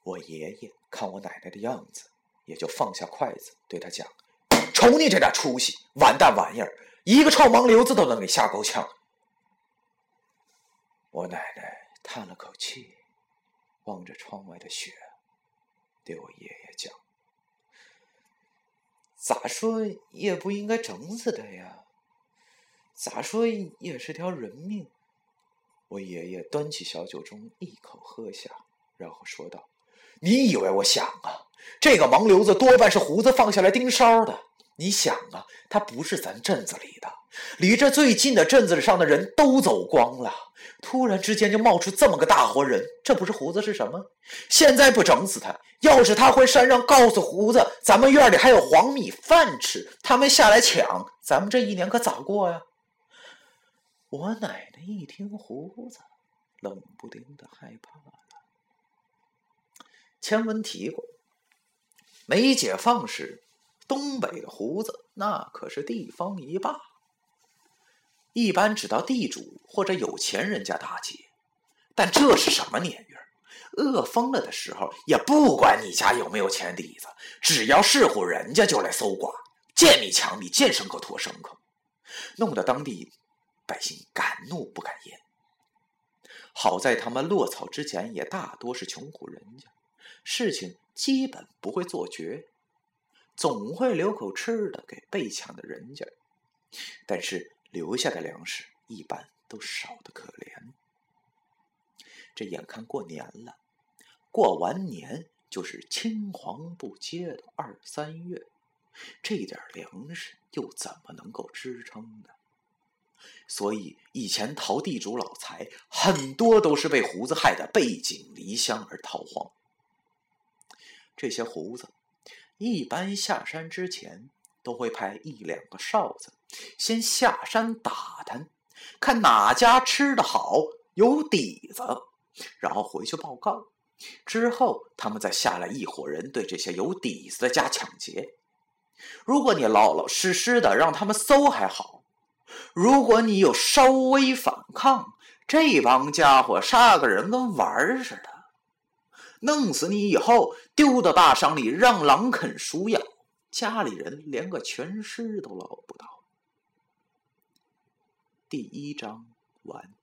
我爷爷看我奶奶的样子，也就放下筷子对他讲：瞅你这点出息，完蛋玩意儿，一个臭盲流子都能给吓够呛。我奶奶叹了口气，望着窗外的雪，对我爷爷讲：咋说也不应该整死他呀，咋说也是条人命。我爷爷端起小酒盅一口喝下，然后说道：你以为我想啊，这个盲流子多半是胡子放下来盯梢的。你想啊，他不是咱镇子里的，离这最近的镇子上的人都走光了，突然之间就冒出这么个大活人，这不是胡子是什么？现在不整死他，要是他回山上告诉胡子咱们院里还有黄米饭吃，他们下来抢，咱们这一年可咋过呀？我奶奶一听胡子，冷不丁的害怕了。前文提过，没解放时，东北的胡子那可是地方一霸，一般只到地主或者有钱人家打劫。但这是什么年月？饿疯了的时候，也不管你家有没有钱底子，只要是户人家就来搜刮，见你抢你，见牲口拖牲口，弄得当地百姓敢怒不敢言。好在他们落草之前也大多是穷苦人家，事情基本不会做绝，总会留口吃的给被抢的人家，但是留下的粮食一般都少得可怜。这眼看过年了，过完年就是青黄不接的2、3月，这点粮食又怎么能够支撑呢？所以以前逃地主老财，很多都是被胡子害得背井离乡而逃荒。这些胡子一般下山之前都会派1、2个哨子先下山打探，看哪家吃得好有底子，然后回去报告。之后他们再下来一伙人对这些有底子的家抢劫。如果你老老实实的让他们搜还好，如果你有稍微反抗，这帮家伙杀个人跟玩似的，弄死你以后丢到大山里让狼啃鼠咬，家里人连个全尸都捞不到。第1章完。